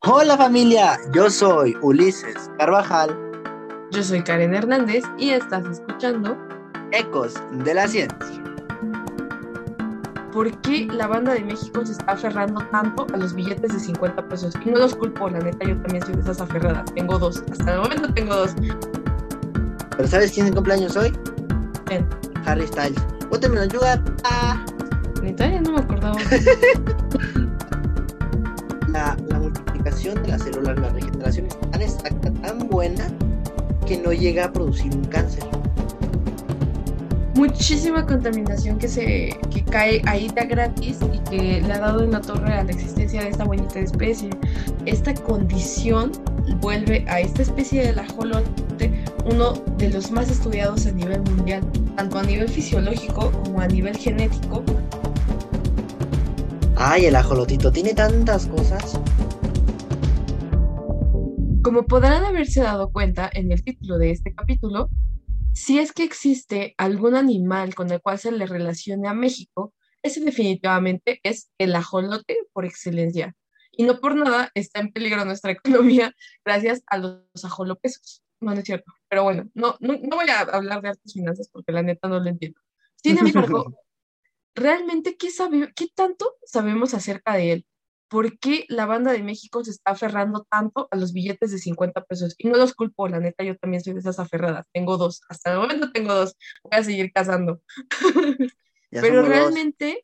Hola familia, yo soy Ulises Carvajal, Yo soy Karen Hernández y estás escuchando Ecos de la Ciencia. ¿Por qué la banda de México se está aferrando tanto a los billetes de 50 pesos? Y no los culpo, la neta, yo también soy de esas aferradas. Tengo dos, hasta el momento tengo dos. ¿Pero sabes quién es cumpleaños hoy? Ven, Harry Styles. Bótenme la ayuda. neta, ya no me acordaba. La multiplicación de las células, la regeneración es tan exacta, tan buena, que no llega a producir un cáncer. Muchísima contaminación que cae ahí de gratis y que le ha dado en la torre a la existencia de esta bonita especie. Esta condición vuelve a esta especie del ajolote uno de los más estudiados a nivel mundial, tanto a nivel fisiológico como a nivel genético. Ay, el ajolotito tiene tantas cosas. Como podrán haberse dado cuenta en el título de este capítulo, si es que existe algún animal con el cual se le relacione a México, ese definitivamente es el ajolote por excelencia. Y no por nada está en peligro nuestra economía gracias a los ajolopesos. No, no es cierto. Pero bueno, no voy a hablar de artes finanzas porque la neta no lo entiendo. Sin embargo, realmente, qué tanto sabemos acerca de él? ¿Por qué la banda de México se está aferrando tanto a los billetes de 50 pesos? Y no los culpo, la neta, yo también soy de esas aferradas. Tengo dos, hasta el momento tengo dos. Voy a seguir cazando. Ya Pero somos dos. realmente,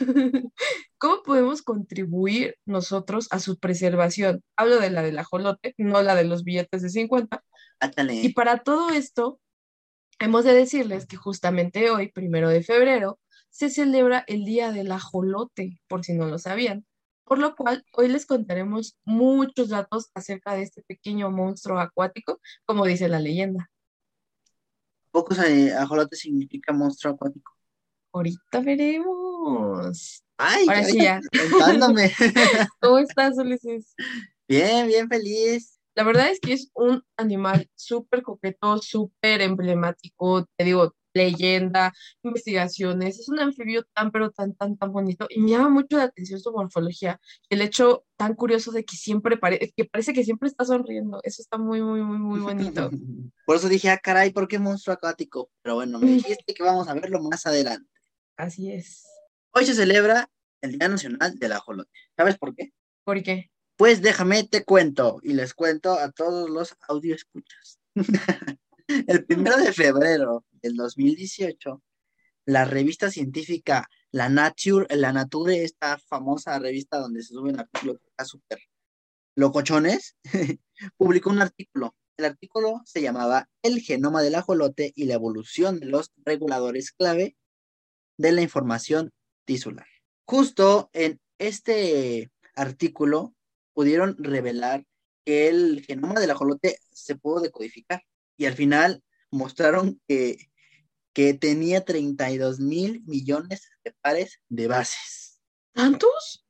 ¿cómo podemos contribuir nosotros a su preservación? Hablo de la del ajolote, no la de los billetes de 50. Y Ándale. para todo esto, hemos de decirles que justamente hoy, 1 de febrero, se celebra el Día del Ajolote, por si no lo sabían. Por lo cual, hoy les contaremos muchos datos acerca de este pequeño monstruo acuático, como dice la leyenda. Pocos ajolote significa monstruo acuático. Ahorita veremos. Ay, Ahora ya, sí, ya ya. estás contándome. ¿Cómo estás, Ulises? Bien, bien feliz. La verdad es que es un animal súper coqueto, súper emblemático, te digo, leyenda, investigaciones, es un anfibio tan, pero tan bonito y me llama mucho la atención su morfología, el hecho tan curioso de que que parece que siempre está sonriendo, eso está muy bonito. Por eso dije, ah, caray, ¿por qué monstruo acuático? Pero bueno, me Mm, dijiste que vamos a verlo más adelante. así es. Hoy se celebra el Día Nacional del Ajolote. ¿Sabes por qué? ¿Por qué? Pues déjame te cuento y les cuento a todos los audio escuchas. El Mm, 1 de febrero del 2018, la revista científica La Nature, esta famosa revista donde se suben artículos súper locochones, publicó un artículo. El artículo se llamaba El genoma del ajolote y la evolución de los reguladores clave de la información tisular. Justo en este artículo pudieron revelar que el genoma del ajolote se pudo decodificar y al final mostraron que tenía 32 mil millones de pares de bases. ¿Tantos?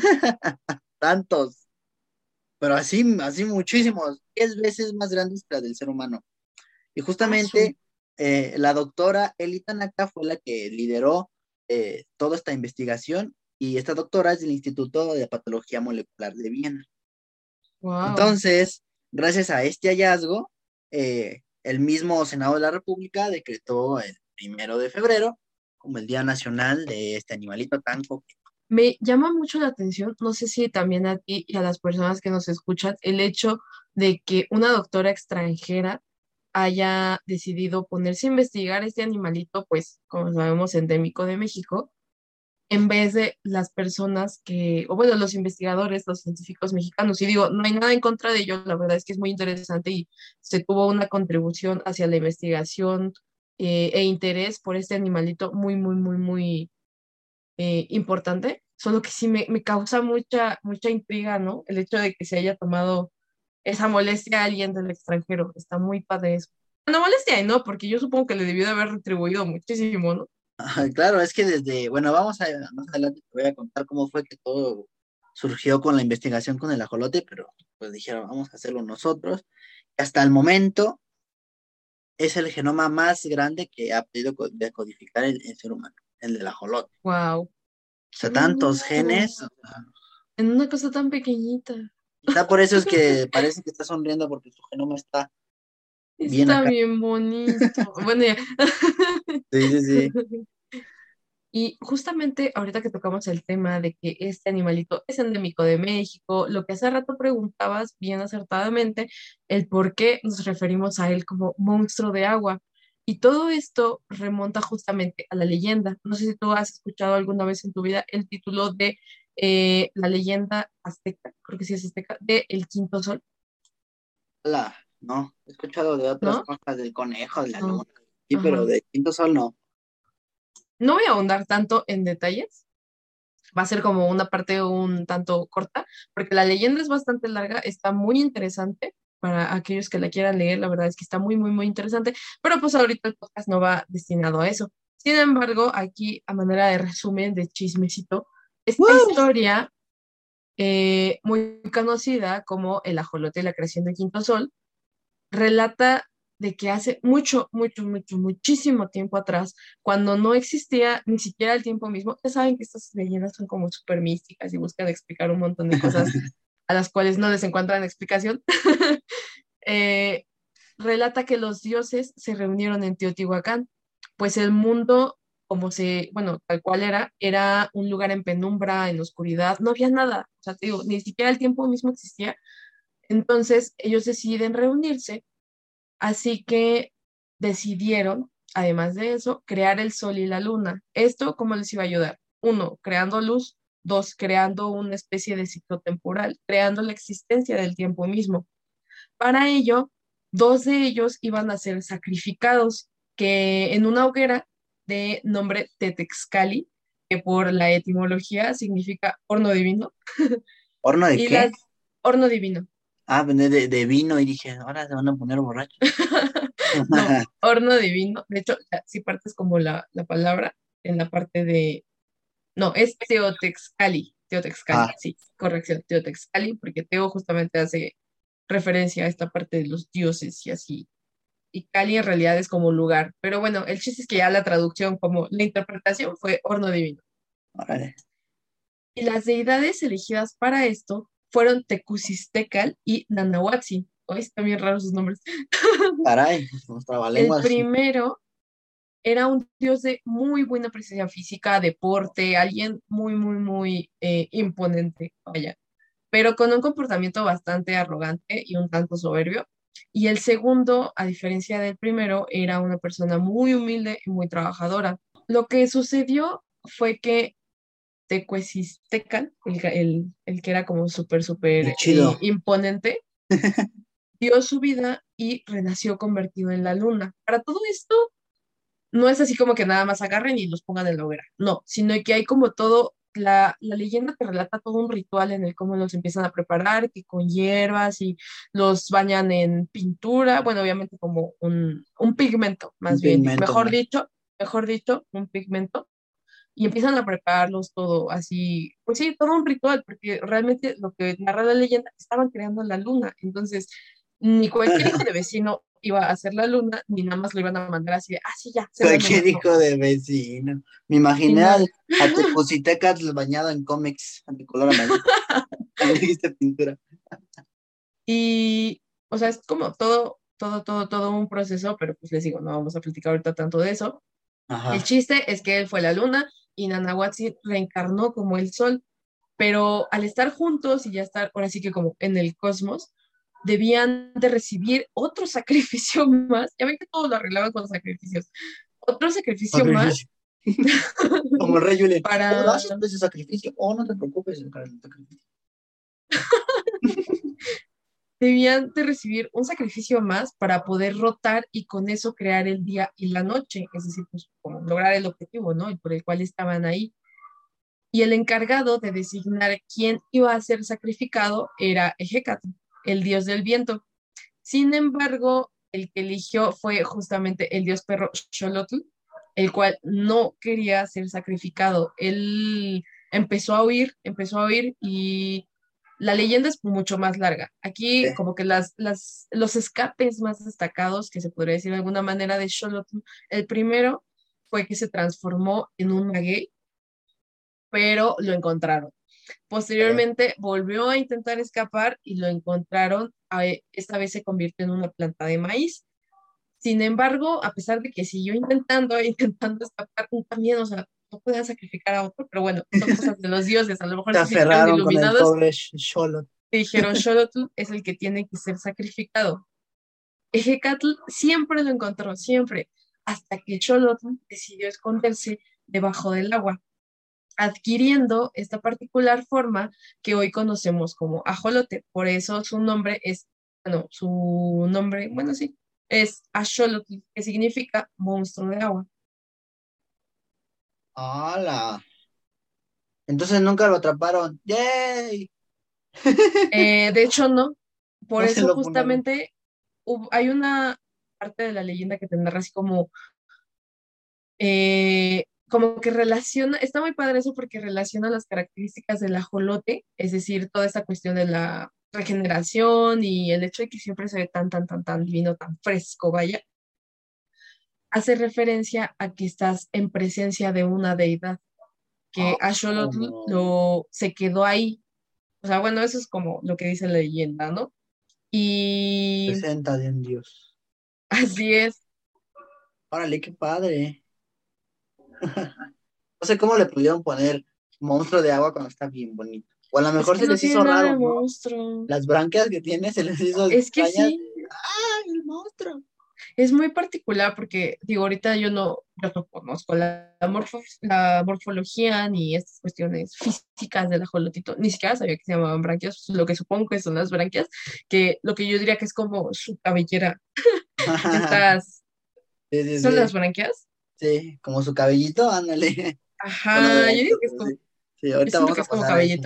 Tantos, pero así muchísimos, 10 veces más grandes que la del ser humano. Y Asu. justamente la doctora Eli Tanaka fue la que lideró toda esta investigación y esta doctora es del Instituto de Patología Molecular de Viena. Wow. Entonces, gracias a este hallazgo, el mismo Senado de la República decretó el 1 de febrero como el Día Nacional de este animalito tan coqueto. Me llama mucho la atención, no sé si también a ti y a las personas que nos escuchan, el hecho de que una doctora extranjera haya decidido ponerse a investigar este animalito, pues, como sabemos, endémico de México, en vez de las personas o bueno, los investigadores, los científicos mexicanos. Y digo, no hay nada en contra de ello, la verdad es que es muy interesante y se tuvo una contribución hacia la investigación e interés por este animalito muy importante, solo que sí me causa mucha intriga, ¿no? El hecho de que se haya tomado esa molestia a alguien del extranjero. Está muy padre eso. No molestia, ¿no? Porque yo supongo que le debió de haber retribuido muchísimo, ¿no? Claro, es que bueno, más adelante te voy a contar cómo fue que todo surgió con la investigación con el ajolote, pero pues dijeron, vamos a hacerlo nosotros. Hasta el momento es el genoma más grande que ha podido decodificar el ser humano, el del ajolote. Wow, O qué sea, tantos bonito. genes, o sea, En una cosa tan pequeñita. Quizá por eso es que parece que está sonriendo porque su genoma está bien Está acá. bien bonito. Bueno, ya. Sí, sí, sí. Y justamente ahorita que tocamos el tema de que este animalito es endémico de México, lo que hace rato preguntabas bien acertadamente, el por qué nos referimos a él como monstruo de agua. Y todo esto remonta justamente a la leyenda. No sé si tú has escuchado alguna vez en tu vida el título de la leyenda azteca, creo que sí es azteca, de El Quinto Sol, Hola, no. He escuchado de otras ¿no? cosas del conejo, de la No. luna. Sí, pero Ajá. de Quinto Sol no. No voy a ahondar tanto en detalles, va a ser como una parte un tanto corta, porque la leyenda es bastante larga, está muy interesante para aquellos que la quieran leer, la verdad es que está muy, muy, muy interesante, pero pues ahorita el podcast no va destinado a eso. Sin embargo, aquí a manera de resumen, de chismecito, esta ¡Woo! historia muy conocida como El ajolote y la creación del quinto sol, relata de que hace mucho, mucho, mucho, muchísimo tiempo atrás, cuando no existía ni siquiera el tiempo mismo, ya saben que estas leyendas son como súper místicas y buscan explicar un montón de cosas a las cuales no les encuentran explicación, eh, relata que los dioses se reunieron en Teotihuacán, pues el mundo, como se, bueno, tal cual era un lugar en penumbra, en oscuridad, no había nada, o sea, te digo, ni siquiera el tiempo mismo existía. Entonces ellos deciden reunirse. Así que decidieron, además de eso, crear el sol y la luna. ¿Esto cómo les iba a ayudar? Uno, creando luz. Dos, creando una especie de ciclo temporal, creando la existencia del tiempo mismo. Para ello, dos de ellos iban a ser sacrificados, que en una hoguera de nombre Tetexcali, que por la etimología significa horno divino, ¿Horno de y qué? las horno divino. Ah, vender de vino y dije, ahora se van a poner borrachos. No, horno divino. De hecho, si partes como la palabra en la parte de... No, es Teotexcali. Ah, Teotexcali, sí, corrección, Teotexcali, porque Teo justamente hace referencia a esta parte de los dioses y así. Y Cali en realidad es como lugar. Pero bueno, el chiste es que ya la traducción, como la interpretación fue horno divino. órale. Y las deidades elegidas para esto fueron Tecucistecal y Nanahuatzi. Hoy están bien raros sus nombres. Caray, los El trabalenguas. primero era un dios de muy buena presencia física, deporte, alguien muy, muy, muy imponente, vaya, pero con un comportamiento bastante arrogante y un tanto soberbio. Y el segundo, a diferencia del primero, era una persona muy humilde y muy trabajadora. Lo que sucedió fue que Tecuecistecan, el que era como súper, Qué súper chido. imponente, dio su vida y renació convertido en la luna. Para todo esto, no es así como que nada más agarren y los pongan en la hoguera, no, sino que hay como todo, la leyenda te relata todo un ritual en el cómo los empiezan a preparar, que con hierbas y los bañan en pintura, bueno, obviamente como un pigmento, Un más bien, pigmento más. mejor dicho, un pigmento, y empiezan a prepararlos todo así, pues sí, todo un ritual, porque realmente lo que narra la leyenda, estaban creando la luna, entonces ni cualquier hijo de vecino iba a hacer la luna, ni nada más lo iban a mandar así de, ah, sí, ya, hacer la Cualquier luna, no, hijo de vecino. Me imaginé sino, a Tecusitecas bañado en cómics de color amarillo. Cuando dijiste pintura. y, o sea, es como todo, todo, todo, todo un proceso, pero pues les digo, no vamos a platicar ahorita tanto de eso. El Ajá. chiste es que él fue la luna y Nanahuatl reencarnó como el sol, pero al estar juntos y ya estar ahora sí que como en el cosmos, debían de recibir otro sacrificio más. Ya ven que todos lo arreglaban con sacrificios. Otro sacrificio más Sacrificio. Como el rey Julien. Oh, para... gracias por ese sacrificio. Oh, no te preocupes, cara, el sacrificio. Debían de recibir un sacrificio más para poder rotar y con eso crear el día y la noche, es decir, pues como lograr el objetivo, ¿no? Y por el cual estaban ahí. Y el encargado de designar quién iba a ser sacrificado era Ejecatl, el dios del viento. Sin embargo, el que eligió fue justamente el dios perro Xolotl, el cual no quería ser sacrificado. Él empezó a huir y la leyenda es mucho más larga. Aquí Eh, como que los escapes más destacados, que se podría decir de alguna manera, de Xolotl, el primero fue que se transformó en un maguey, pero lo encontraron. Posteriormente volvió a intentar escapar y lo encontraron. Esta vez se convirtió en una planta de maíz. Sin embargo, a pesar de que siguió intentando, intentando escapar, también, o sea, no podían sacrificar a otro, pero bueno, son cosas de los dioses, a lo mejor Se se sintieron aferraron con el iluminados pobre Xolotl. y dijeron, Xolotl es el que tiene que ser sacrificado. Ejecatl siempre lo encontró, siempre, hasta que Xolotl decidió esconderse debajo del agua, adquiriendo esta particular forma que hoy conocemos como ajolote. Por eso su nombre es, bueno, su nombre, bueno, sí, es Axolotl, que significa monstruo de agua. ¡Hala! Entonces nunca lo atraparon. ¡Yay! De hecho, no. Por No se eso lo funaron. justamente hay una parte de la leyenda que te narra así como que relaciona, está muy padre eso porque relaciona las características del ajolote, es decir, toda esta cuestión de la regeneración y el hecho de que siempre se ve tan, tan, tan, tan divino, tan fresco, vaya, hace referencia a que estás en presencia de una deidad, que Axolotl Oh, se quedó ahí. O sea, bueno, eso es como lo que dice la leyenda, ¿no? Y presenta de un dios. así es. Órale, qué padre. No sé cómo le pudieron poner monstruo de agua cuando está bien bonito. O a lo Es mejor que se no les tiene hizo nada raro, de ¿no? monstruo. Las branquias que tiene se les hizo Es que extrañas. sí. ¡Ah, el monstruo! Es muy particular porque, digo, ahorita yo no conozco la morfología ni estas cuestiones físicas del ajolotito, ni siquiera sabía que se llamaban branquias, lo que supongo que son las branquias, que lo que yo diría que es como su cabellera, estas, Sí, sí, ¿son las sí. branquias? Sí, como su cabellito, ándale. Bueno, Ajá, yo digo adelantito, que es pero como, sí. Sí, yo ahorita siento vamos que a es como pasar a eso. cabellito.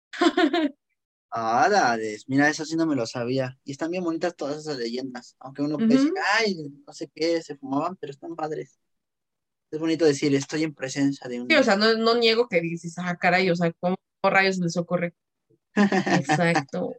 Ahora, mira, eso sí no me lo sabía. Y están bien bonitas todas esas leyendas. Aunque uno puede decir, Ujú. ay, no sé qué, se fumaban, pero están padres. Es bonito decir, estoy en presencia de un Sí, o dios. sea, no, no niego que dices, ah, caray, o sea, ¿cómo rayos les ocurre? Exacto.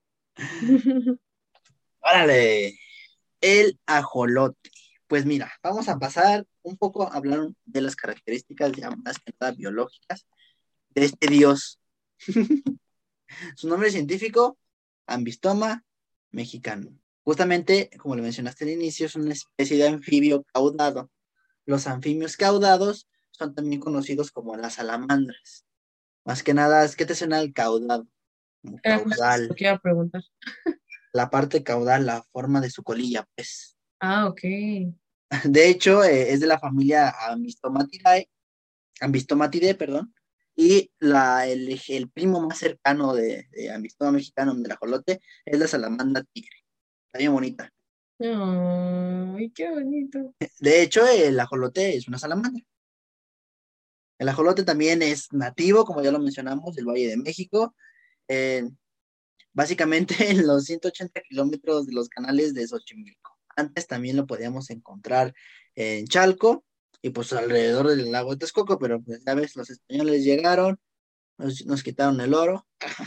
Órale, el ajolote. Pues mira, vamos a pasar un poco a hablar de las características ya más que nada biológicas de este dios. Su nombre científico, Ambistoma mexicano. Justamente, como lo mencionaste al inicio, es una especie de anfibio caudado. Los anfibios caudados son también conocidos como las salamandras. Más que nada, ¿qué te suena el caudado? Como Era justo lo caudal. que iba a preguntar. La parte caudal, la forma de su colilla, pues. Ah, ok. De hecho, es de la familia Ambistomatidae, perdón. Y el primo más cercano de Ambistoma mexicano del ajolote es la salamandra tigre. Está bien bonita. Ay, qué bonito. De hecho, el ajolote es una salamandra. El ajolote también es nativo, como ya lo mencionamos, del Valle de México. eh, Básicamente en los 180 kilómetros de los canales de Xochimilco. Antes también lo podíamos encontrar en Chalco y pues alrededor del lago de Texcoco, pero pues ya ves, los españoles llegaron, nos quitaron el oro,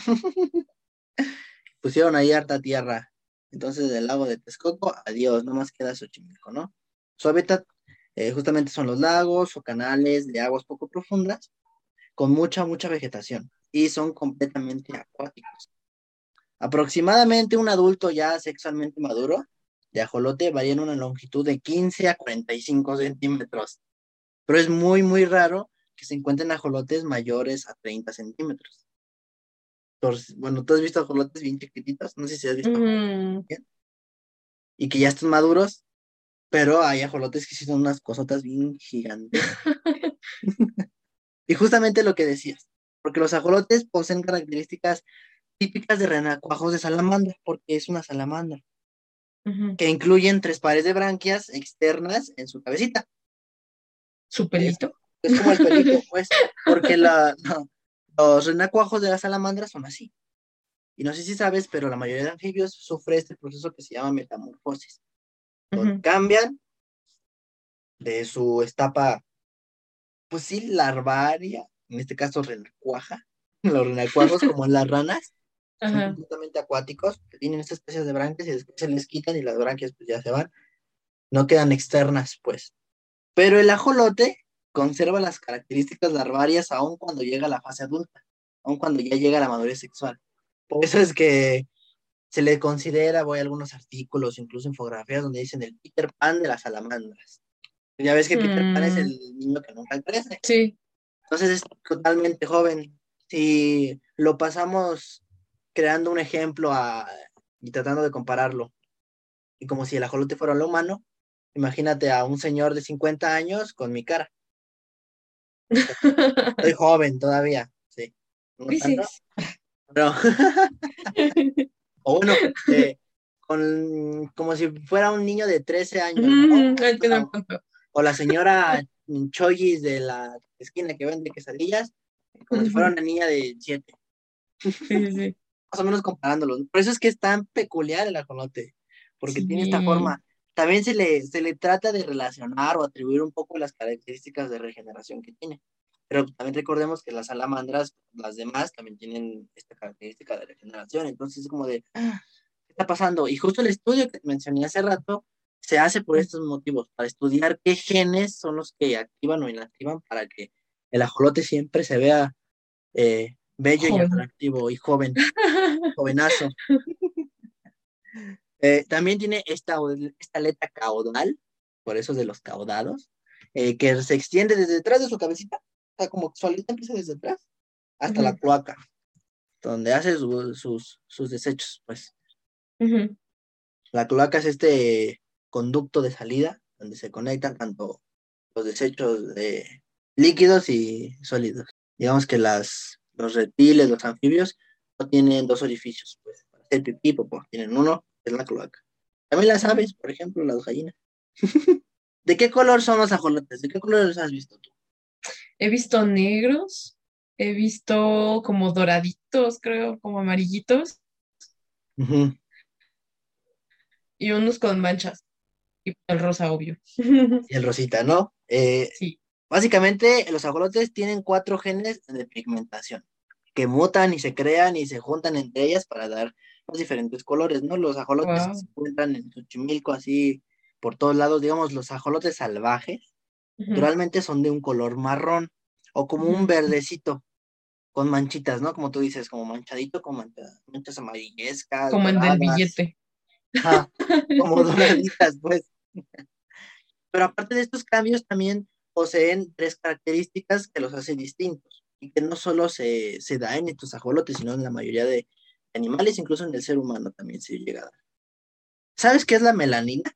pusieron ahí harta tierra. Entonces del lago de Texcoco, adiós, no más queda Xochimilco, ¿no? Su hábitat justamente son los lagos o canales de aguas poco profundas con mucha, mucha vegetación y son completamente acuáticos. Aproximadamente un adulto ya sexualmente maduro de ajolote varía en una longitud de 15 a 45 centímetros, pero es muy, muy raro que se encuentren ajolotes mayores a 30 centímetros. Entonces, bueno, tú has visto ajolotes bien chiquititos, no sé si has visto ajolotes Ujú. bien, y que ya están maduros, pero hay ajolotes que sí son unas cosotas bien gigantes. Y justamente lo que decías, porque los ajolotes poseen características típicas de renacuajos de salamandra, porque es una salamandra, Ujú. que incluyen tres pares de branquias externas en su cabecita. Su Es, pelito. es como el pelito, pues, porque no, los renacuajos de la salamandra son así. Y no sé si sabes, pero la mayoría de anfibios sufre este proceso que se llama metamorfosis, donde Ujú. cambian de su etapa, pues sí, larvaria, en este caso renacuaja. Los renacuajos, como las ranas, son Ajá. completamente acuáticos, que tienen estas especies de branquias y después se les quitan y las branquias pues ya se van, no quedan externas, pues. Pero el ajolote conserva las características larvarias aún cuando llega a la fase adulta. aun cuando ya llega a la madurez sexual. Por eso es que se le considera, voy a algunos artículos, incluso infografías, donde dicen el Peter Pan de las salamandras. Ya ves que Peter Pan es Mm, el niño que nunca crece. sí. Entonces es totalmente joven. Si lo pasamos creando un ejemplo y tratando de compararlo, y como si el ajolote fuera lo humano, imagínate a un señor de 50 años con mi cara. Soy joven todavía, sí. No tanto, Piscis. pero, o bueno, como si fuera un niño de 13 años, ¿no? Ay, que no cuento. O la señora Choyis de la esquina que vende quesadillas, como si fuera una niña de 7. Sí, sí, sí. Más o menos comparándolos. Por eso es que es tan peculiar el ajolote, porque tiene esta Sí. forma. También se le trata de relacionar o atribuir un poco las características de regeneración que tiene. Pero también recordemos que las salamandras, las demás, también tienen esta característica de regeneración. Entonces es como de, ¿qué está pasando? Y justo el estudio que mencioné hace rato se hace por estos motivos, para estudiar qué genes son los que activan o inactivan para que el ajolote siempre se vea bello y Joven. atractivo y joven, jovenazo. También tiene esta aleta caudal, por eso de los caudados, que se extiende desde detrás de su cabecita, o sea, como que su aleta empieza desde atrás hasta la Ujú, cloaca, donde hace sus desechos, pues. ujú. La cloaca es este conducto de salida donde se conectan tanto los desechos de líquidos y sólidos. Digamos que los reptiles, los anfibios, no tienen dos orificios, pues, para hacer pipí, popó, tienen uno, que es la cloaca. También las Ujú. aves, por ejemplo, las gallinas. ¿De qué color son los ajolotes? ¿De qué color los has visto tú? He visto negros, he visto como doraditos, creo, como amarillitos, Ujú. y unos con manchas, y el rosa, obvio. Y el rosita, ¿no? Sí. Básicamente, los ajolotes tienen 4 genes de pigmentación que mutan y se crean y se juntan entre ellas para dar los diferentes colores, ¿no? Los ajolotes que Wow. se encuentran en Xochimilco, así por todos lados, digamos, los ajolotes salvajes, Ujú, naturalmente son de un color marrón o como un ujú. verdecito con manchitas, ¿no? Como tú dices, como manchadito, con manchas amarillescas, Como el del doradas, billete. ajá, como doraditas, pues. Pero aparte de estos cambios, también poseen 3 características que los hacen distintos y que no solo se da en estos ajolotes, sino en la mayoría de animales, incluso en el ser humano también se llega a dar. ¿Sabes qué es la melanina?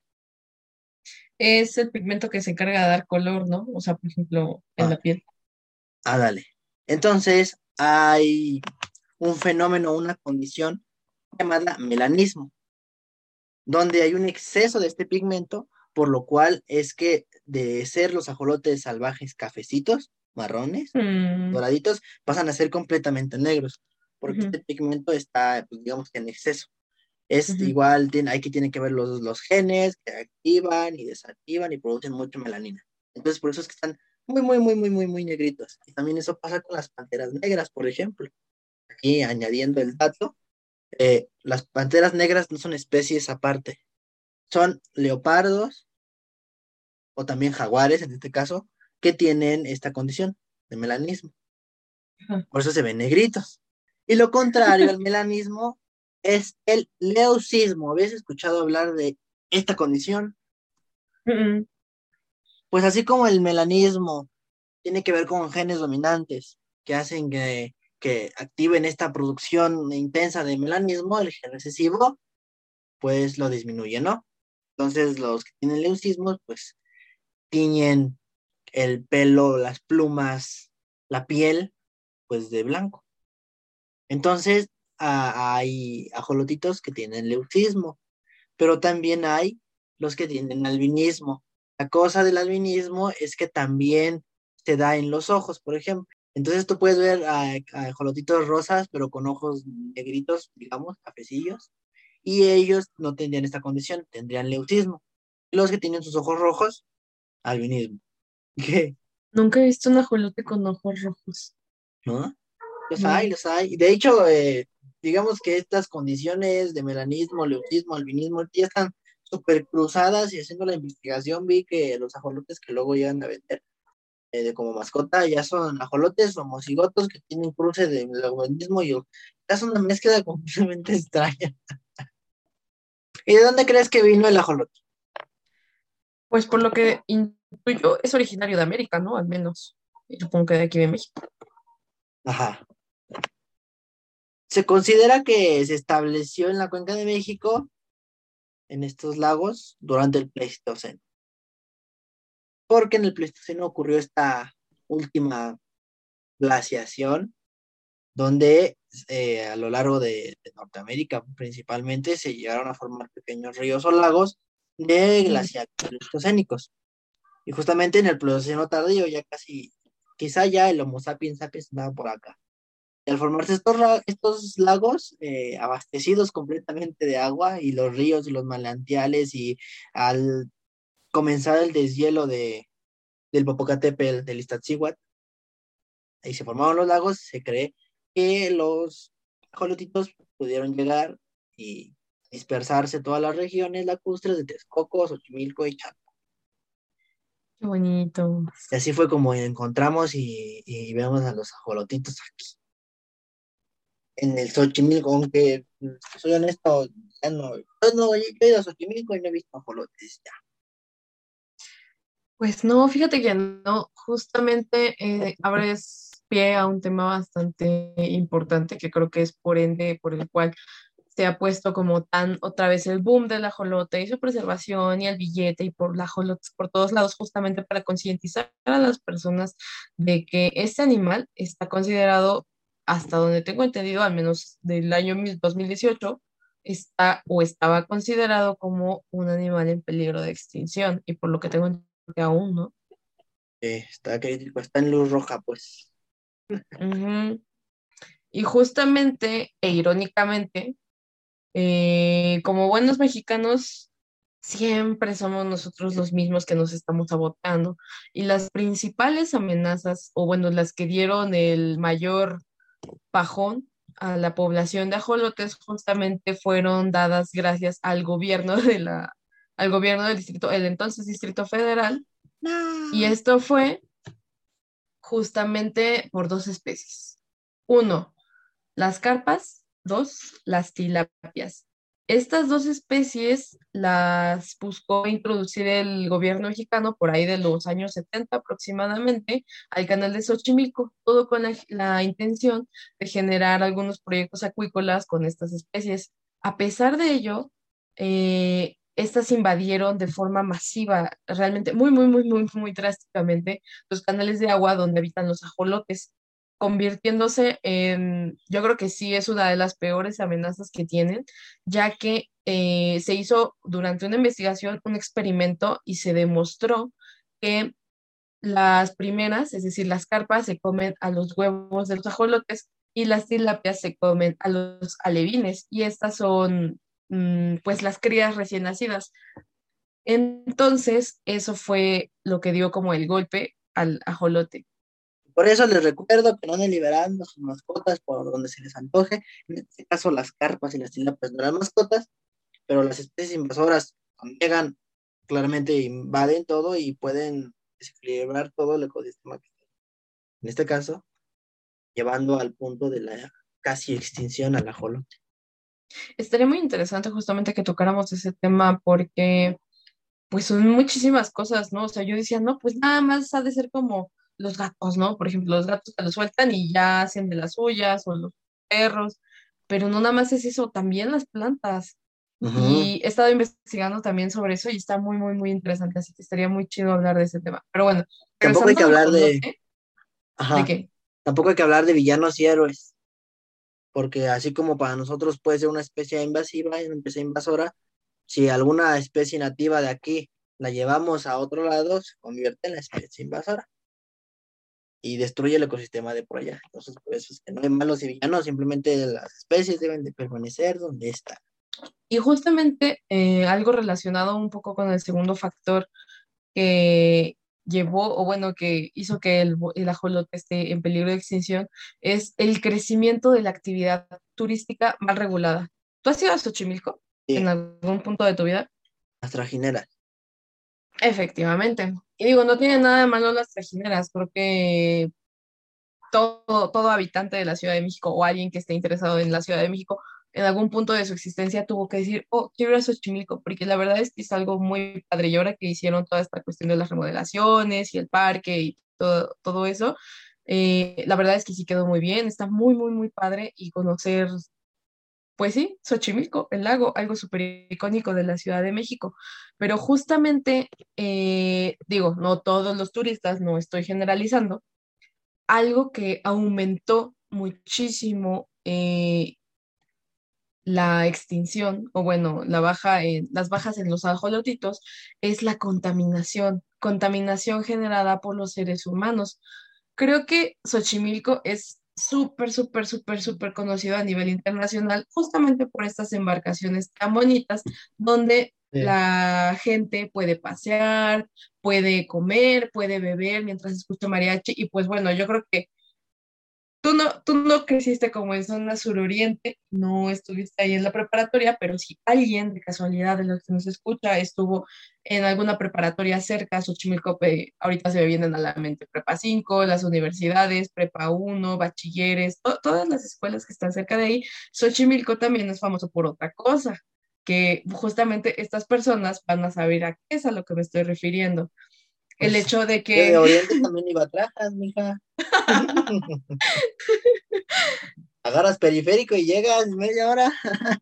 Es el pigmento que se encarga de dar color, ¿no? O sea, por ejemplo, en Ah, la piel. dale. Entonces, hay un fenómeno, una condición llamada melanismo, donde hay un exceso de este pigmento, por lo cual es que de ser los ajolotes salvajes cafecitos, marrones, Mm, doraditos, pasan a ser completamente negros, porque ujú, este pigmento está, pues, digamos que en exceso. Es ujú. igual, hay que tiene que ver los genes que activan y desactivan y producen mucho melanina. Entonces, por eso es que están muy, muy, muy, muy, muy, muy negritos. Y también eso pasa con las panteras negras, por ejemplo. Aquí añadiendo el dato, las panteras negras no son especies aparte, son leopardos o también jaguares, en este caso, que tienen esta condición de melanismo. Ajá. Por eso se ven negritos. Y lo contrario al melanismo es el leucismo. ¿Habías escuchado hablar de esta condición? Mm, Pues así como el melanismo tiene que ver con genes dominantes que hacen que activen esta producción intensa de melanismo, el gen recesivo, pues lo disminuye, ¿no? Entonces los que tienen leucismo, pues tiñen el pelo, las plumas, la piel, pues de blanco. Entonces, hay ajolotitos que tienen leucismo, pero también hay los que tienen albinismo. La cosa del albinismo es que también se da en los ojos, por ejemplo. Entonces tú puedes ver a ajolotitos rosas, pero con ojos negritos, digamos, cafecillos, y ellos no tendrían esta condición, tendrían leucismo. Y los que tienen sus ojos rojos, albinismo. ¿Qué? Nunca he visto un ajolote con ojos rojos. ¿No? Los hay, No. los hay. Y de hecho, digamos que estas condiciones de melanismo, leucismo, albinismo, ya están súper cruzadas y haciendo la investigación vi que los ajolotes que luego llegan a vender como mascota, ya son ajolotes homocigotos que tienen cruce del organismo y es una mezcla completamente extraña. ¿Y de dónde crees que vino el ajolote? Pues por lo que intuyo, es originario de América, ¿no? Al menos. Y supongo que de aquí de México. Ajá. Se considera que se estableció en la cuenca de México, en estos lagos, durante el Pleistoceno. Porque en el Pleistoceno ocurrió esta última glaciación, donde a lo largo de Norteamérica principalmente se llegaron a formar pequeños ríos o lagos de Mm, glaciares pleistocénicos. Y justamente en el Pleistoceno tardío, ya casi, quizá ya el Homo sapiens sapiens andaba por acá. Y al formarse estos lagos abastecidos completamente de agua y los ríos y los manantiales y al comenzar el deshielo del Popocatépetl, del Iztaccíhuatl, ahí se formaron los lagos, se cree que los ajolotitos pudieron llegar y dispersarse todas las regiones lacustres de Texcoco, Xochimilco y Chaco. qué bonito. Y así fue como encontramos y vemos a los ajolotitos aquí. En el Xochimilco, aunque soy honesto, ya no, yo he ido a Xochimilco y no he visto ajolotes ya. Pues no, fíjate que no, justamente abres pie a un tema bastante importante que creo que es por ende por el cual se ha puesto como tan otra vez el boom del ajolote y su preservación y el billete y por la ajolotes por todos lados justamente para concientizar a las personas de que este animal está considerado, hasta donde tengo entendido, al menos del año 2018, está o estaba considerado como un animal en peligro de extinción y por lo que tengo entendido que aún, ¿no? Está crítico, está en luz roja, pues. Ujú. Y justamente e irónicamente, como buenos mexicanos, siempre somos nosotros los mismos que nos estamos saboteando. Y las principales amenazas, o bueno, las que dieron el mayor bajón a la población de ajolotes, justamente fueron dadas gracias al gobierno al gobierno del distrito, el entonces Distrito Federal. Y No. esto fue justamente por dos especies. Uno, las carpas, dos, las tilapias. Estas dos especies las buscó introducir el gobierno mexicano por ahí de los años 70 aproximadamente al canal de Xochimilco, todo con la intención de generar algunos proyectos acuícolas con estas especies. A pesar de ello, estas invadieron de forma masiva, realmente muy drásticamente los canales de agua donde habitan los ajolotes convirtiéndose en, yo creo que sí es una de las peores amenazas que tienen, ya que se hizo durante una investigación un experimento y se demostró que las primeras, es decir, las carpas se comen a los huevos de los ajolotes y las tilapias se comen a los alevines y estas son pues las crías recién nacidas. Entonces, eso fue lo que dio como el golpe al ajolote. Por eso les recuerdo que no anden liberando sus mascotas por donde se les antoje. En este caso, las carpas y las tilapias no eran mascotas, pero las especies invasoras cuando llegan, claramente invaden todo y pueden desequilibrar todo el ecosistema. En este caso, llevando al punto de la casi extinción al ajolote. Estaría muy interesante justamente que tocáramos ese tema porque pues son muchísimas cosas, ¿no? O sea, yo decía, no, pues nada más ha de ser como los gatos, ¿no? Por ejemplo, los gatos que los sueltan y ya hacen de las suyas o los perros, pero no nada más es eso, también las plantas. Ujú. Y he estado investigando también sobre eso y está muy interesante, así que estaría muy chido hablar de ese tema. Pero bueno, Tampoco hay regresando que al hablar de, ajolote, ¿de ajá, qué? tampoco hay que hablar de villanos y héroes, porque así como para nosotros puede ser una especie invasiva, una especie invasora, si alguna especie nativa de aquí la llevamos a otro lado, se convierte en la especie invasora y destruye el ecosistema de por allá. Entonces, por eso es que no hay malos y villanos, simplemente las especies deben de permanecer donde están. Y justamente algo relacionado un poco con el segundo factor que llevó, o bueno, que hizo que el ajolote esté en peligro de extinción, es el crecimiento de la actividad turística mal regulada. ¿Tú has ido a Xochimilco en Sí, algún punto de tu vida? las trajineras. Efectivamente. Y digo, no tiene nada de malo las trajineras, creo que todo habitante de la Ciudad de México o alguien que esté interesado en la Ciudad de México en algún punto de su existencia tuvo que decir, oh, quiero ir a Xochimilco, porque la verdad es que es algo muy padre. Y ahora que hicieron toda esta cuestión de las remodelaciones y el parque y todo eso, la verdad es que sí quedó muy bien, está muy, muy, muy padre y conocer, pues sí, Xochimilco, el lago, algo súper icónico de la Ciudad de México. Pero justamente, digo, no todos los turistas, no estoy generalizando, algo que aumentó muchísimo la extinción, o bueno, las bajas en los ajolotitos, es la contaminación generada por los seres humanos. Creo que Xochimilco es súper, súper, súper, súper conocido a nivel internacional, justamente por estas embarcaciones tan bonitas, donde Sí. la gente puede pasear, puede comer, puede beber mientras escucha mariachi, y pues bueno, yo creo que tú no creciste como en zona suroriente, no estuviste ahí en la preparatoria, pero si alguien de casualidad de los que nos escucha estuvo en alguna preparatoria cerca a Xochimilco, ahorita se me vienen a la mente Prepa 5, las universidades, Prepa 1, bachilleres, todas las escuelas que están cerca de ahí. Xochimilco también es famoso por otra cosa, que justamente estas personas van a saber a qué es a lo que me estoy refiriendo. El Pues hecho de yo de que Oriente también iba a Trajas, mija. Agarras periférico y llegas media hora.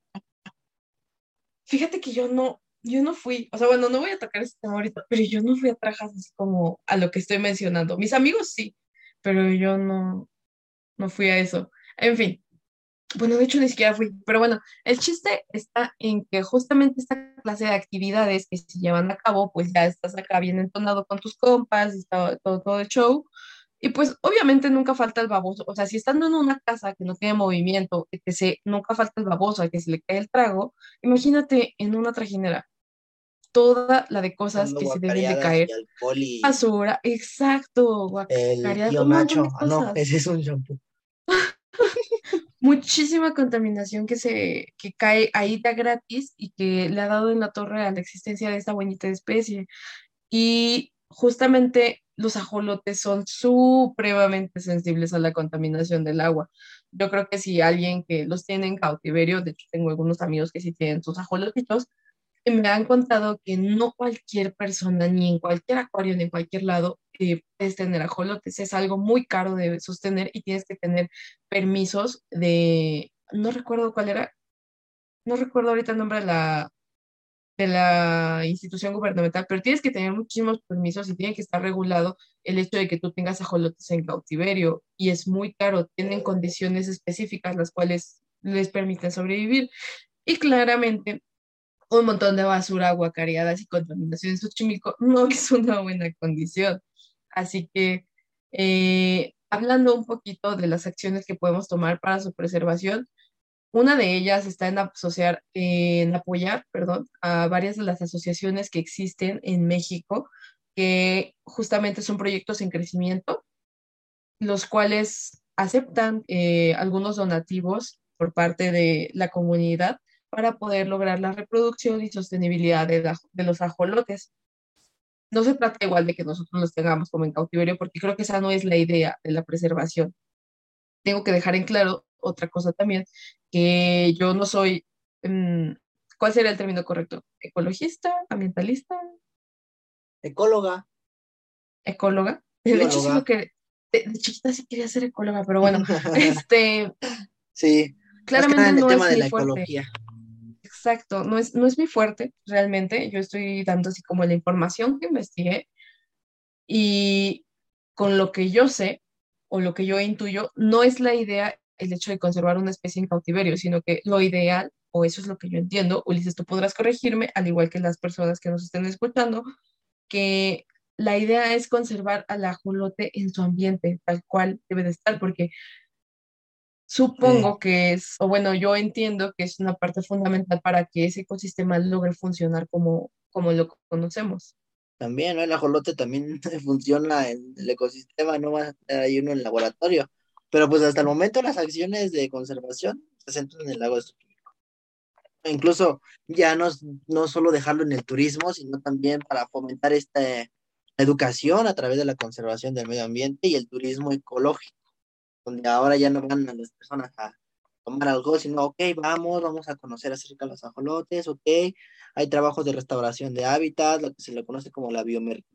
Fíjate que yo no fui, o sea, bueno, no voy a tocar ese tema ahorita, pero yo no fui a trabajar así como a lo que estoy mencionando. Mis amigos sí, pero yo no fui a eso. En fin, bueno, de hecho ni siquiera fui, pero bueno, el chiste está en que justamente esta clase de actividades que se llevan a cabo, pues ya estás acá bien entonado con tus compas, y está todo el show, y pues obviamente nunca falta el baboso, o sea, si estando en una casa que no tiene movimiento, nunca falta el baboso a que se le cae el trago, imagínate en una trajinera, toda la de cosas Echando que se deben de guacareadas y caer, alcohol y basura, exacto, el guacarear, tío un montón Nacho. de Ah, no, cosas. ese es un shampoo. Muchísima contaminación que cae ahí de gratis y que le ha dado en la torre a la existencia de esta bonita especie. Y justamente los ajolotes son supremamente sensibles a la contaminación del agua. Yo creo que si alguien que los tiene en cautiverio, de hecho tengo algunos amigos que sí tienen sus ajolotitos, y me han contado que no cualquier persona, ni en cualquier acuario, ni en cualquier lado, puedes tener ajolotes. Es algo muy caro de sostener y tienes que tener permisos no recuerdo cuál era, no recuerdo ahorita el nombre de la institución gubernamental, pero tienes que tener muchísimos permisos y tiene que estar regulado el hecho de que tú tengas ajolotes en cautiverio y es muy caro. Tienen condiciones específicas las cuales les permiten sobrevivir. Y claramente un montón de basura, guacareadas y contaminación en Xochimilco no es una buena condición. Así que, hablando un poquito de las acciones que podemos tomar para su preservación, una de ellas está en apoyar, perdón, a varias de las asociaciones que existen en México, que justamente son proyectos en crecimiento, los cuales aceptan algunos donativos por parte de la comunidad para poder lograr la reproducción y sostenibilidad de los ajolotes. No se trata igual de que nosotros los tengamos como en cautiverio, porque creo que esa no es la idea de la preservación. Tengo que dejar en claro otra cosa también, que yo no soy, mm, ¿cuál sería el término correcto? ¿Ecologista? ¿Ambientalista? Ecóloga, ¿Ecóloga? De hecho, sí bióloga. lo que, de chiquita sí quería ser ecóloga, pero bueno, este, Sí, más que nada claramente en el no tema es de mi la fuerte. ecología. Exacto, no es mi fuerte realmente. Yo estoy dando así como la información que investigué y con lo que yo sé o lo que yo intuyo, no es la idea el hecho de conservar una especie en cautiverio, sino que lo ideal, o eso es lo que yo entiendo, Ulises, tú podrás corregirme, al igual que las personas que nos estén escuchando, que la idea es conservar al ajolote en su ambiente, tal cual debe de estar, porque Sí. supongo que o bueno, yo entiendo que es una parte fundamental para que ese ecosistema logre funcionar como lo conocemos. También, ¿no? El ajolote también funciona en el ecosistema, no va a estar ahí uno en el laboratorio. Pero pues hasta el momento las acciones de conservación se centran en el lago de Xochimilco. Incluso ya no solo dejarlo en el turismo, sino también para fomentar La educación a través de la conservación del medio ambiente y el turismo ecológico, donde ahora ya no van a las personas a tomar algo, sino, ok, vamos a conocer acerca de los ajolotes, ok, hay trabajos de restauración de hábitat, lo que se le conoce como la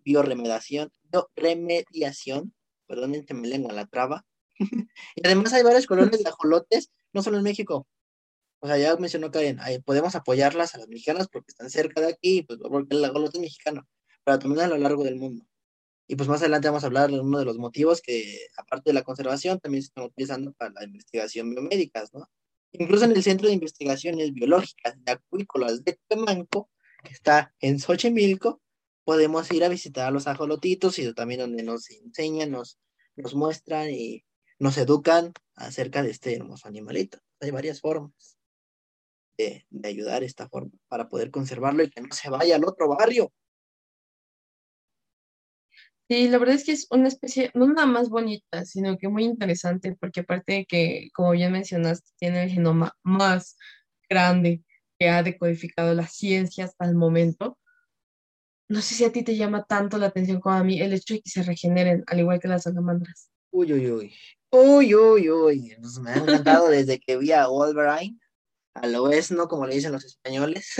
bioremediación, perdonen que me lengua la traba, y además hay varias colonias de ajolotes, no solo en México, o sea, ya mencionó Karen, podemos apoyarlas a las mexicanas porque están cerca de aquí, pues porque el ajolote es mexicano, pero también a lo largo del mundo. Y pues más adelante vamos a hablar de uno de los motivos que, aparte de la conservación, también se están utilizando para la investigación biomédicas, ¿no? Incluso en el Centro de Investigaciones Biológicas y Acuícolas de Temanco, que está en Xochimilco, podemos ir a visitar a los ajolotitos y también donde nos enseñan, nos muestran y nos educan acerca de este hermoso animalito. Hay varias formas de ayudar esta forma para poder conservarlo y que no se vaya al otro barrio. Sí, la verdad es que es una especie, no nada más bonita, sino que muy interesante, porque aparte de que, como bien mencionaste, tiene el genoma más grande que ha decodificado la ciencia hasta el momento. No sé si a ti te llama tanto la atención como a mí el hecho de que se regeneren, al igual que las salamandras. Uy, uy, uy. Uy, uy, uy. Pues me ha encantado desde que vi a Wolverine, al Oesno, como le dicen los españoles,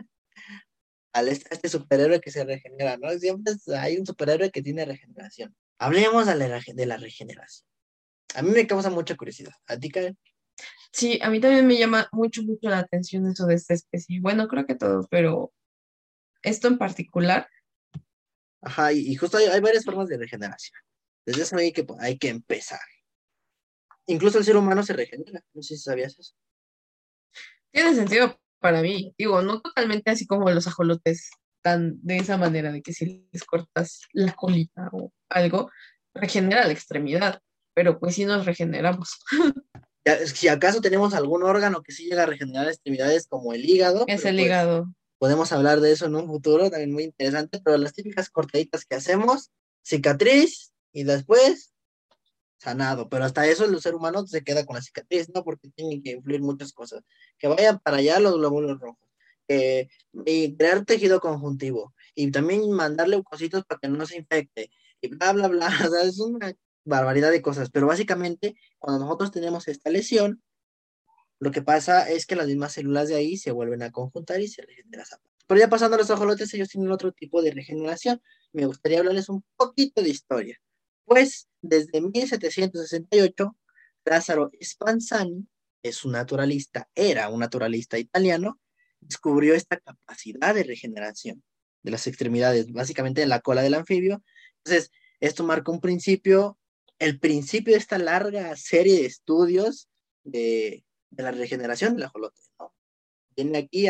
este superhéroe que se regenera, ¿no? Siempre hay un superhéroe que tiene regeneración. Hablemos de la regeneración. A mí me causa mucha curiosidad. ¿A ti, Karen? Sí, a mí también me llama mucho, mucho la atención eso de esta especie. Bueno, creo que todos, pero esto en particular. Ajá, y justo hay varias formas de regeneración. Desde eso hay que empezar. Incluso el ser humano se regenera. No sé si sabías eso. Tiene sentido para mí. Digo, no totalmente así como los ajolotes, tan de esa manera de que si les cortas la colita o algo, regenera la extremidad, pero pues sí nos regeneramos. Si acaso tenemos algún órgano que sí llega a regenerar extremidades como el hígado, Es pero el pues hígado. podemos hablar de eso en un futuro, también muy interesante, pero las típicas cortaditas que hacemos, cicatriz y después sanado, pero hasta eso el ser humano se queda con la cicatriz, ¿no? Porque tienen que influir muchas cosas. Que vayan para allá los glóbulos rojos, y crear tejido conjuntivo, y también mandar leucocitos para que no se infecte, y bla, bla, bla, o sea, es una barbaridad de cosas, pero básicamente cuando nosotros tenemos esta lesión, lo que pasa es que las mismas células de ahí se vuelven a conjuntar y se regenera esa parte. Pero ya pasando a los ajolotes, ellos tienen otro tipo de regeneración. Me gustaría hablarles un poquito de historia. Pues desde 1768, Lázaro Spallanzani era un naturalista italiano, descubrió esta capacidad de regeneración de las extremidades, básicamente en la cola del anfibio. Entonces, esto marca un principio, el principio de esta larga serie de estudios de la regeneración del ajolote, ¿no? Viene aquí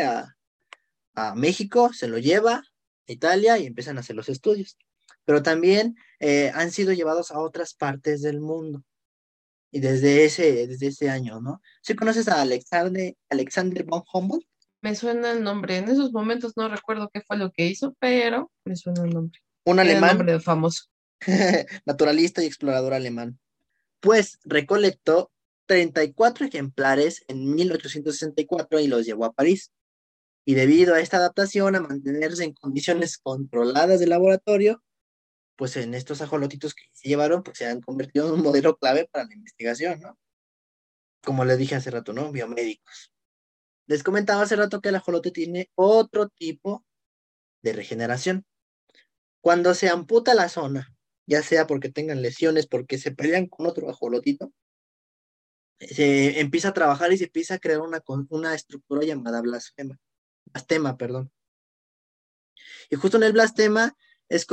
a México, se lo lleva a Italia y empiezan a hacer los estudios. Pero también han sido llevados a otras partes del mundo. Y desde ese año, ¿no? ¿Sí conoces a Alexander von Humboldt? Me suena el nombre. En esos momentos no recuerdo qué fue lo que hizo, pero me suena el nombre. Un Era el alemán, nombre del famoso. naturalista y explorador alemán. Pues recolectó 34 ejemplares en 1864 y los llevó a París. Y debido a esta adaptación, a mantenerse en condiciones controladas de laboratorio, pues en estos ajolotitos que se llevaron, pues se han convertido en un modelo clave para la investigación, ¿no? Como les dije hace rato, ¿no? Biomédicos. Les comentaba hace rato que el ajolote tiene otro tipo de regeneración. Cuando se amputa la zona, ya sea porque tengan lesiones, porque se pelean con otro ajolotito, se empieza a trabajar y se empieza a crear una estructura llamada blastema, perdón. Y justo en el blastema es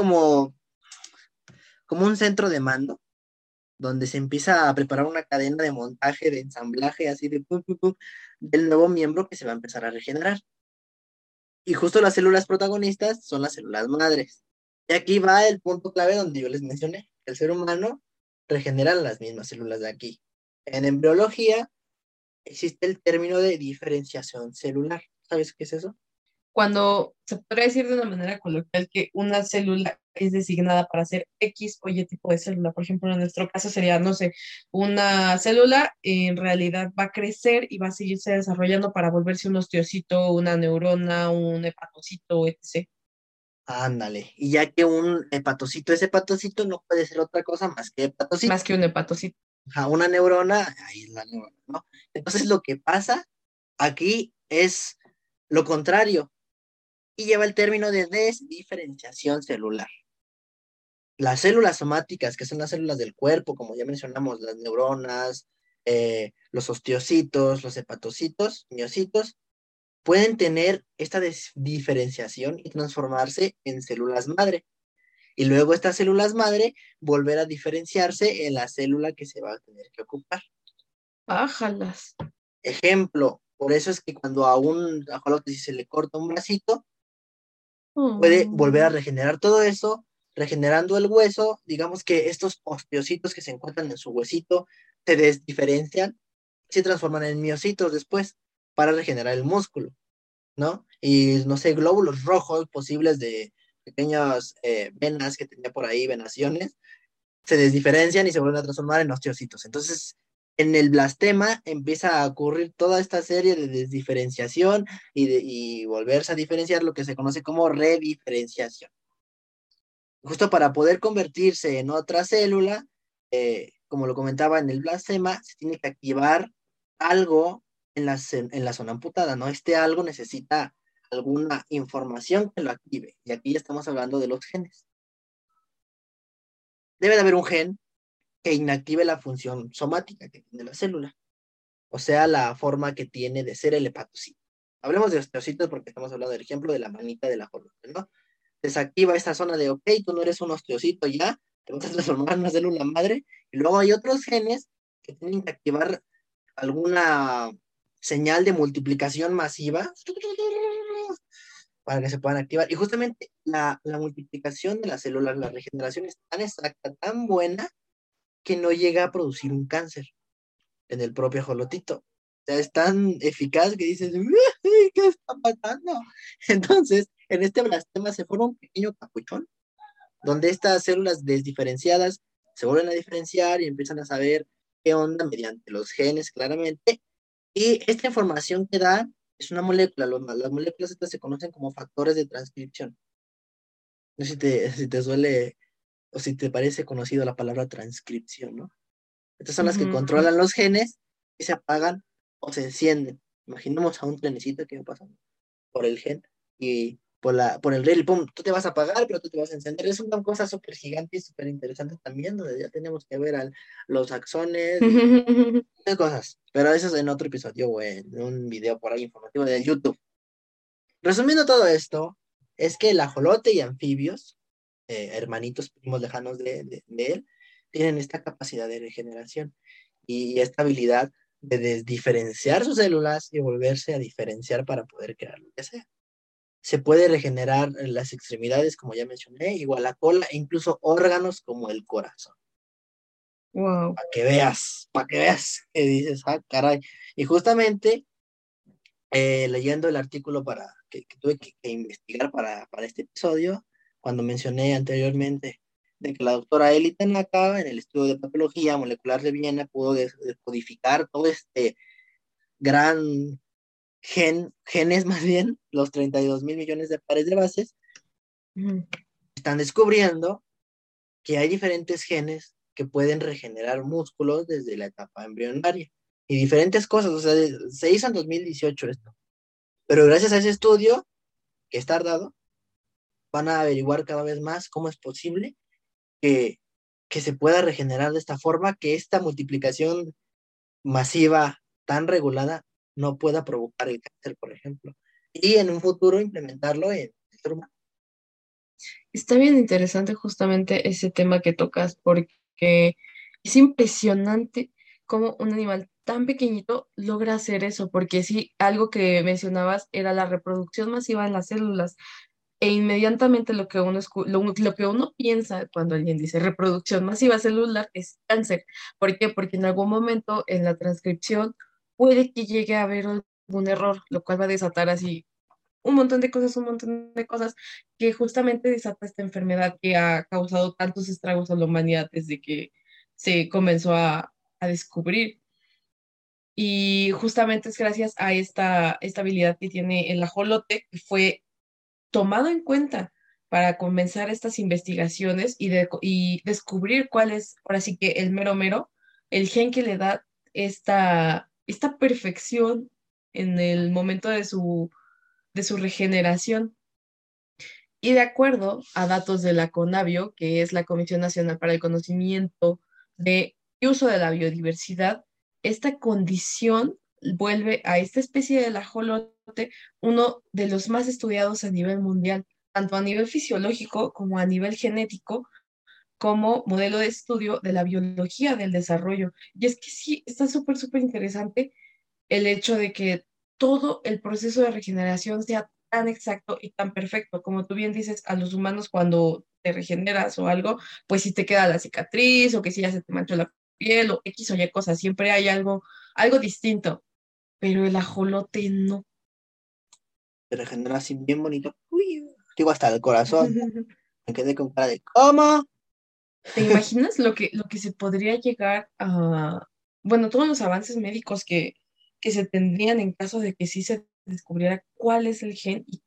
como un centro de mando, donde se empieza a preparar una cadena de montaje, de ensamblaje, así de pum, pum, pum, del nuevo miembro que se va a empezar a regenerar. Y justo las células protagonistas son las células madres. Y aquí va el punto clave donde yo les mencioné, que el ser humano regenera las mismas células de aquí. En embriología existe el término de diferenciación celular. ¿Sabes qué es eso? Cuando se podría decir de una manera coloquial que una célula es designada para ser X o Y tipo de célula. Por ejemplo, en nuestro caso sería, no sé, una célula en realidad va a crecer y va a seguirse desarrollando para volverse un osteocito, una neurona, un hepatocito, etc. Ándale. Y ya que un hepatocito es hepatocito, no puede ser otra cosa más que hepatocito. más que un hepatocito. Ajá, una neurona, ahí es la neurona, ¿no? Entonces lo que pasa aquí es lo contrario y lleva el término de desdiferenciación celular. Las células somáticas, que son las células del cuerpo, como ya mencionamos, las neuronas, los osteocitos, los hepatocitos, miocitos, pueden tener esta diferenciación y transformarse en células madre. Y luego estas células madre volver a diferenciarse en la célula que se va a tener que ocupar. Bájalas. Ejemplo, por eso es que cuando a un ajolote si se le corta un bracito, puede volver a Mm. regenerar todo eso, regenerando el hueso. Digamos que estos osteocitos que se encuentran en su huesito se desdiferencian, se transforman en miocitos después para regenerar el músculo, ¿no? Y no sé, glóbulos rojos posibles de pequeñas venas que tenía por ahí, venaciones, se desdiferencian y se vuelven a transformar en osteocitos. Entonces, en el blastema empieza a ocurrir toda esta serie de desdiferenciación y volverse a diferenciar, lo que se conoce como rediferenciación. Justo para poder convertirse en otra célula, como lo comentaba en el blastema, se tiene que activar algo en la zona amputada, ¿no? Este algo necesita alguna información que lo active. Y aquí ya estamos hablando de los genes. Debe de haber un gen que inactive la función somática que tiene la célula, o sea, la forma que tiene de ser el hepatocito. Hablemos de osteocitos porque estamos hablando del ejemplo de la manita de la ajolote, ¿no? Desactiva esta zona de, ok, tú no eres un osteocito ya, te vas a transformar en una célula madre, y luego hay otros genes que tienen que activar alguna señal de multiplicación masiva para que se puedan activar. Y justamente la multiplicación de las células, la regeneración es tan exacta, tan buena, que no llega a producir un cáncer en el propio ajolotito. O sea, es tan eficaz que dices, "Uy, ¿qué está pasando?" Entonces, en este blastema se forma un pequeño capuchón, donde estas células desdiferenciadas se vuelven a diferenciar y empiezan a saber qué onda mediante los genes, claramente. Y esta información que da es una molécula. Las moléculas estas se conocen como factores de transcripción. No sé si te suele o si te parece conocido la palabra transcripción, ¿no? Estas son las que Ujú. controlan los genes y se apagan o se encienden. Imaginemos a un trenecito que va pasando por el gen y por el rail, pum, tú te vas a apagar, pero tú te vas a encender. Es una cosa súper gigante y súper interesante también, donde ya tenemos que ver los axones y muchas cosas. Pero eso es en otro episodio o en un video por ahí informativo de YouTube. Resumiendo todo esto, es que el ajolote y anfibios, hermanitos primos lejanos de él, tienen esta capacidad de regeneración y esta habilidad de diferenciar sus células y volverse a diferenciar para poder crear lo que sea. Se puede regenerar en las extremidades, como ya mencioné, igual la cola e incluso órganos como el corazón. Wow. Para que veas, que dices, ah, caray. Y justamente leyendo el artículo que tuve que investigar para este episodio, cuando mencioné anteriormente de que la doctora Eli Tanaka en el estudio de patología molecular de Viena pudo descodificar todo este gran genes más bien, los 32 mil millones de pares de bases, Ujú. están descubriendo que hay diferentes genes que pueden regenerar músculos desde la etapa embrionaria y diferentes cosas, o sea, se hizo en 2018 esto, pero gracias a ese estudio que es tardado, van a averiguar cada vez más cómo es posible que, que se pueda regenerar de esta forma, que esta multiplicación masiva tan regulada no pueda provocar el cáncer, por ejemplo, y en un futuro implementarlo en el ser humano. Está bien interesante justamente ese tema que tocas porque es impresionante cómo un animal tan pequeñito logra hacer eso, porque sí, algo que mencionabas era la reproducción masiva en las células e inmediatamente lo que lo que uno piensa cuando alguien dice reproducción masiva celular es cáncer. ¿Por qué? Porque en algún momento en la transcripción puede que llegue a haber algún error, lo cual va a desatar así un montón de cosas que justamente desata esta enfermedad que ha causado tantos estragos a la humanidad desde que se comenzó a descubrir. Y justamente es gracias a esta habilidad que tiene el ajolote que fue tomado en cuenta para comenzar estas investigaciones y descubrir cuál es, ahora sí que el mero mero, el gen que le da esta perfección en el momento de su regeneración. Y de acuerdo a datos de la CONABIO, que es la Comisión Nacional para el Conocimiento y Uso de la Biodiversidad, esta condición vuelve a esta especie del ajolote uno de los más estudiados a nivel mundial, tanto a nivel fisiológico como a nivel genético, como modelo de estudio de la biología del desarrollo. Y es que sí, está súper, súper interesante el hecho de que todo el proceso de regeneración sea tan exacto y tan perfecto. Como tú bien dices, a los humanos cuando te regeneras o algo, pues si te queda la cicatriz o que si ya se te manchó la piel o X o Y cosas, siempre hay algo distinto, pero el ajolote no. Se regenera así bien bonito. Uy, digo, hasta el corazón. Me quedé con cara de, ¿cómo? ¿Te imaginas lo que se podría llegar a, bueno, todos los avances médicos que se tendrían en caso de que sí se descubriera cuál es el gen y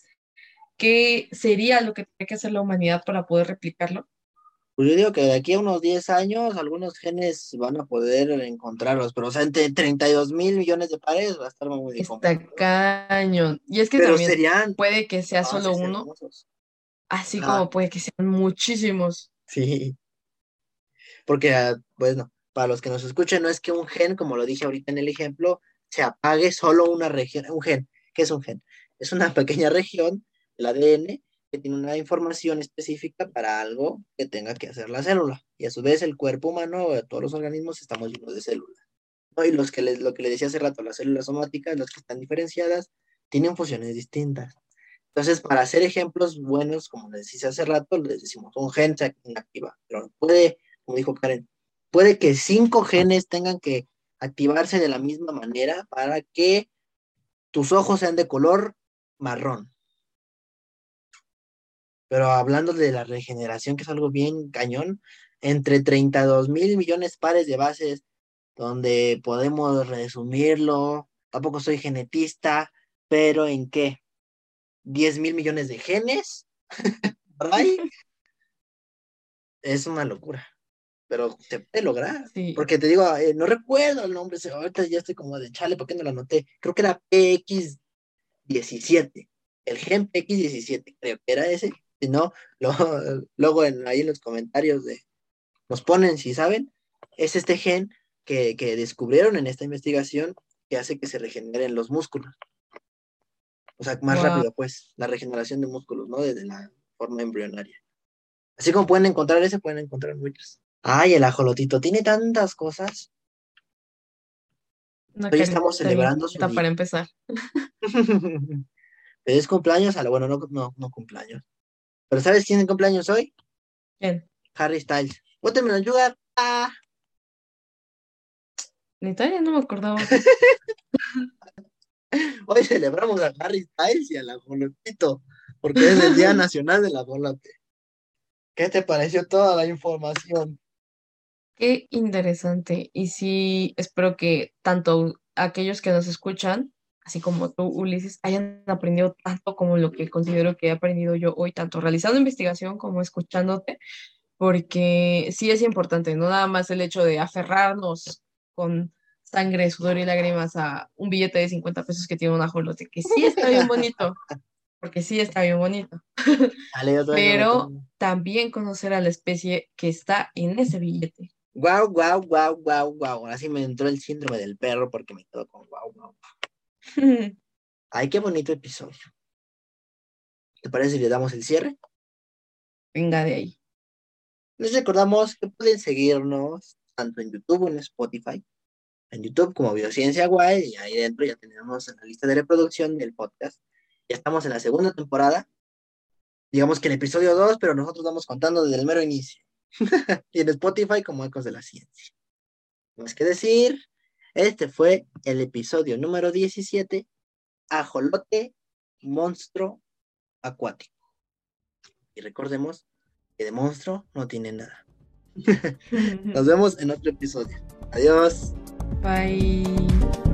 qué sería lo que tendría que hacer la humanidad para poder replicarlo? Pues yo digo que de aquí a unos 10 años algunos genes van a poder encontrarlos, pero o sea, entre 32.000 millones de pares va a estar muy Está complicado. cañón. Y es que Pero también serían puede que sea solo avances uno, hermosos. así Ah, como puede que sean muchísimos. sí, porque, bueno, para los que nos escuchen, no es que un gen, como lo dije ahorita en el ejemplo, se apague solo una región, un gen. ¿Qué es un gen? Es una pequeña región, el ADN, que tiene una información específica para algo que tenga que hacer la célula. Y a su vez el cuerpo humano, todos los organismos estamos llenos de células, ¿no? Y lo que les decía hace rato, las células somáticas, las que están diferenciadas, tienen funciones distintas. Entonces, para hacer ejemplos buenos, como les decía hace rato, les decimos un gen se inactiva, pero puede, como dijo Karen, puede que 5 genes tengan que activarse de la misma manera para que tus ojos sean de color marrón. Pero hablando de la regeneración, que es algo bien cañón, entre 32.000 millones pares de bases, donde podemos resumirlo, tampoco soy genetista, pero ¿en qué? 10.000 millones de genes, ¿verdad? Es una locura, pero se puede lograr. Sí, Porque te digo, no recuerdo el nombre, ahorita ya estoy como de chale, ¿por qué no lo anoté? Creo que era PX17, el gen PX17, creo que era ese. Si no, lo- luego ahí en los comentarios nos ponen si saben. Es este gen que descubrieron en esta investigación que hace que se regeneren los músculos. O sea, más wow, rápido, pues, la regeneración de músculos, ¿no? Desde la forma embrionaria. Así como pueden encontrar ese, pueden encontrar muchos. Ay, el ajolotito tiene tantas cosas. una Hoy estamos carita bien celebrando su bonita día. para empezar. Es cumpleaños, bueno, no, no, no cumpleaños. Pero ¿sabes quién es cumpleaños hoy? Bien, Harry Styles. Watermelon Sugar. Ah, neta, ya no me acordaba. hoy celebramos a Harry Styles y al ajolotito, porque es el Día Nacional del Ajolote. ¿Qué te pareció toda la información? Qué interesante. Y sí, espero que tanto aquellos que nos escuchan, así como tú, Ulises, hayan aprendido tanto como lo que considero que he aprendido yo hoy, tanto realizando investigación como escuchándote, porque sí es importante, no nada más el hecho de aferrarnos con sangre, sudor y lágrimas a un billete de 50 pesos que tiene un ajolote, que sí está bien bonito, porque sí está bien bonito, Ale, yo todavía no lo pero tengo. también conocer a la especie que está en ese billete. Guau, guau, guau, guau, guau. Ahora sí me entró el síndrome del perro porque me quedo con guau, guau. Ay, qué bonito episodio. ¿Te parece si le damos el cierre? Venga de ahí. Les recordamos que pueden seguirnos tanto en YouTube como en Spotify. En YouTube como Biociencia Guay, y ahí dentro ya tenemos en la lista de reproducción del podcast. Ya estamos en la segunda temporada, digamos que el episodio 2, pero nosotros vamos contando desde el mero inicio. Y en Spotify como Ecos de la Ciencia. No más que decir, este fue el episodio número 17, Ajolote, monstruo acuático. Y recordemos que de monstruo no tiene nada. Nos vemos en otro episodio. Adiós. Bye.